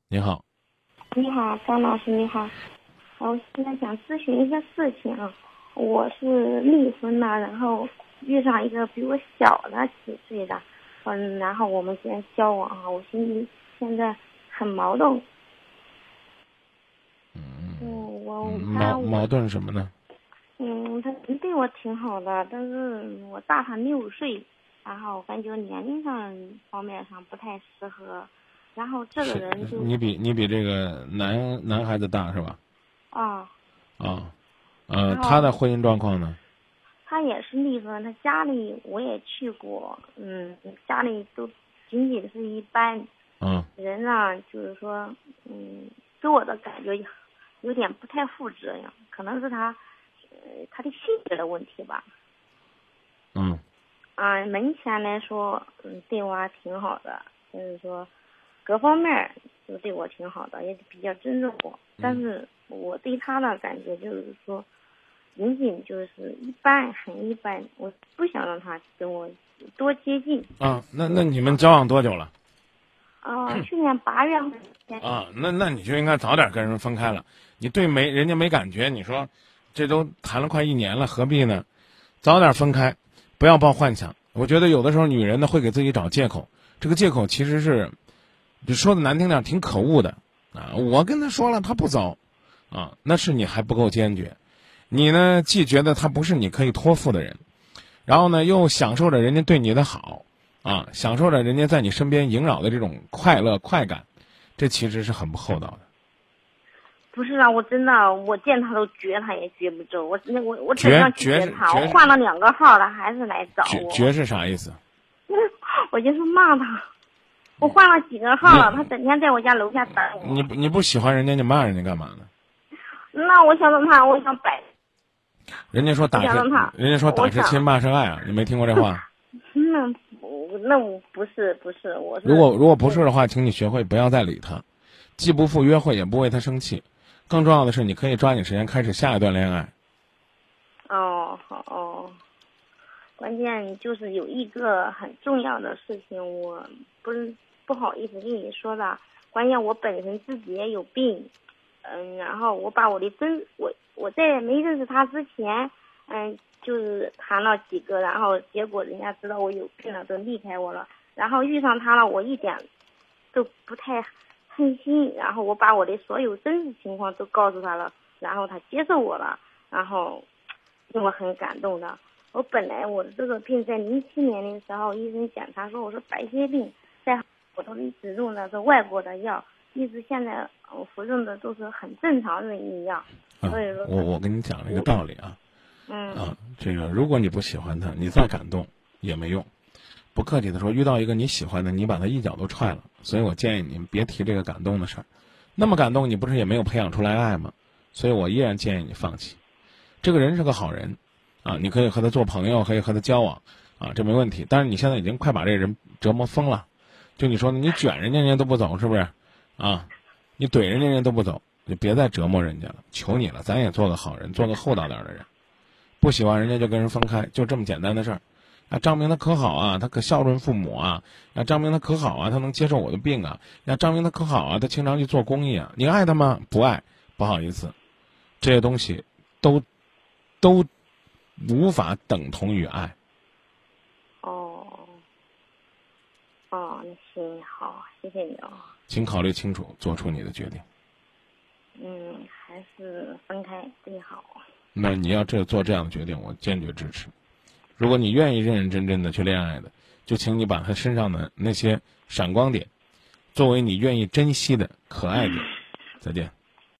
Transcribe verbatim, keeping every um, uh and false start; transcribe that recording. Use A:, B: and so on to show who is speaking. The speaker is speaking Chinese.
A: 你好。
B: 你好，张老师，你好。我现在想咨询一个事情啊，我是离婚了，然后遇上一个比我小的几岁的，嗯，然后我们现在交往啊，我心里现在很矛盾。
A: 嗯
B: 嗯，我
A: 嗯，
B: 他
A: 矛矛盾什么呢？
B: 嗯，他对我挺好的，但是我大他六岁，然后感觉年龄上方面上不太适合，然后这个
A: 是
B: 人就
A: 你比你比这个男男孩子大是吧？
B: 啊，
A: 啊，呃，
B: 然后
A: 他的婚姻状况呢？
B: 他也是离婚，他家里我也去过，嗯，家里都仅仅是一般
A: 嗯，
B: 人呢，就是说，嗯，给我的感觉有点不太负责任，可能是他，呃，他的性格的问题吧。
A: 嗯，
B: 啊，门前来说，嗯，对我还挺好的，就是说，各方面都对我挺好的，也比较尊重我。但是我对他的感觉就是说，仅仅就是一般，很一般。我不想让他跟我多接近。
A: 啊，那那你们交往多久了？
B: 啊，去年八月份。
A: 啊，那那你就应该早点跟人分开了。你对没人家没感觉，你说这都谈了快一年了，何必呢？早点分开，不要抱幻想。我觉得有的时候女人呢会给自己找借口，这个借口其实是，就说的难听点，挺可恶的啊。我跟他说了，他不走，啊，那是你还不够坚决。你呢，既觉得他不是你可以托付的人，然后呢，又享受着人家对你的好，啊，享受着人家在你身边萦绕的这种快乐快感，这其实是很不厚道的。
B: 不是啊，我真的，我见他都绝，他也绝不走。我那我我怎
A: 绝
B: 样拒
A: 绝
B: 绝他？
A: 是绝是
B: 我换了两个号，他还是来找我。
A: 绝绝是啥意思？
B: 我就是骂他。我换了几个号了，他整天在我家楼下等我。
A: 你你不喜欢人家，你骂人家干嘛呢？
B: 那我想让他，我想摆。
A: 人家说打是
B: 我想让他，
A: 人家说打
B: 我想
A: 是亲，骂是爱啊，你没听过这话？
B: 那不，那我不是不是，我是。
A: 如果如果不是的话，请你学会不要再理他，既不赴约会，也不为他生气。更重要的是，你可以抓紧时间开始下一段恋爱。
B: 哦，好哦。关键就是有一个很重要的事情，我不是不好意思跟你说的。关键我本身自己也有病，嗯，然后我把我的真我我在没认识他之前，嗯，就是谈了几个，然后结果人家知道我有病了，都离开我了。然后遇上他了，我一点都不太狠心，然后我把我的所有真实情况都告诉他了，然后他接受我了，然后令我很感动的。我本来我的这个病在零七年的时候，医生检查说我是白血病，在我都一直用的是外国的药，一直现在我服用的都是很正常的医药。
A: 啊
B: 所以说，
A: 我我跟你讲了一个道理啊，
B: 嗯
A: 啊，这个如果你不喜欢他，你再感动也没用。不客气的说，遇到一个你喜欢的，你把他一脚都踹了。所以我建议你别提这个感动的事儿。那么感动，你不是也没有培养出来爱吗？所以我依然建议你放弃。这个人是个好人。啊，你可以和他做朋友，可以和他交往，啊，这没问题。但是你现在已经快把这个人折磨疯了，就你说的，你卷人家人家都不走，是不是？啊，你怼人家人家都不走，就别再折磨人家了，求你了，咱也做个好人，做个厚道点的人。不喜欢人家就跟人分开，就这么简单的事儿。啊，张明他可好啊，他可孝顺父母啊。啊，张明他可好啊，他能接受我的病啊。呀，张明他可好啊，他经常去做公益啊。你爱他吗？不爱，不好意思，这些东西都都。无法等同于爱。
B: 哦，哦，那行好，谢谢你哦。
A: 请考虑清楚，做出你的决定。
B: 嗯，还是分开最好。
A: 那你要这做这样的决定，我坚决支持。如果你愿意认认真真的去恋爱的，就请你把他身上的那些闪光点，作为你愿意珍惜的可爱点。再见。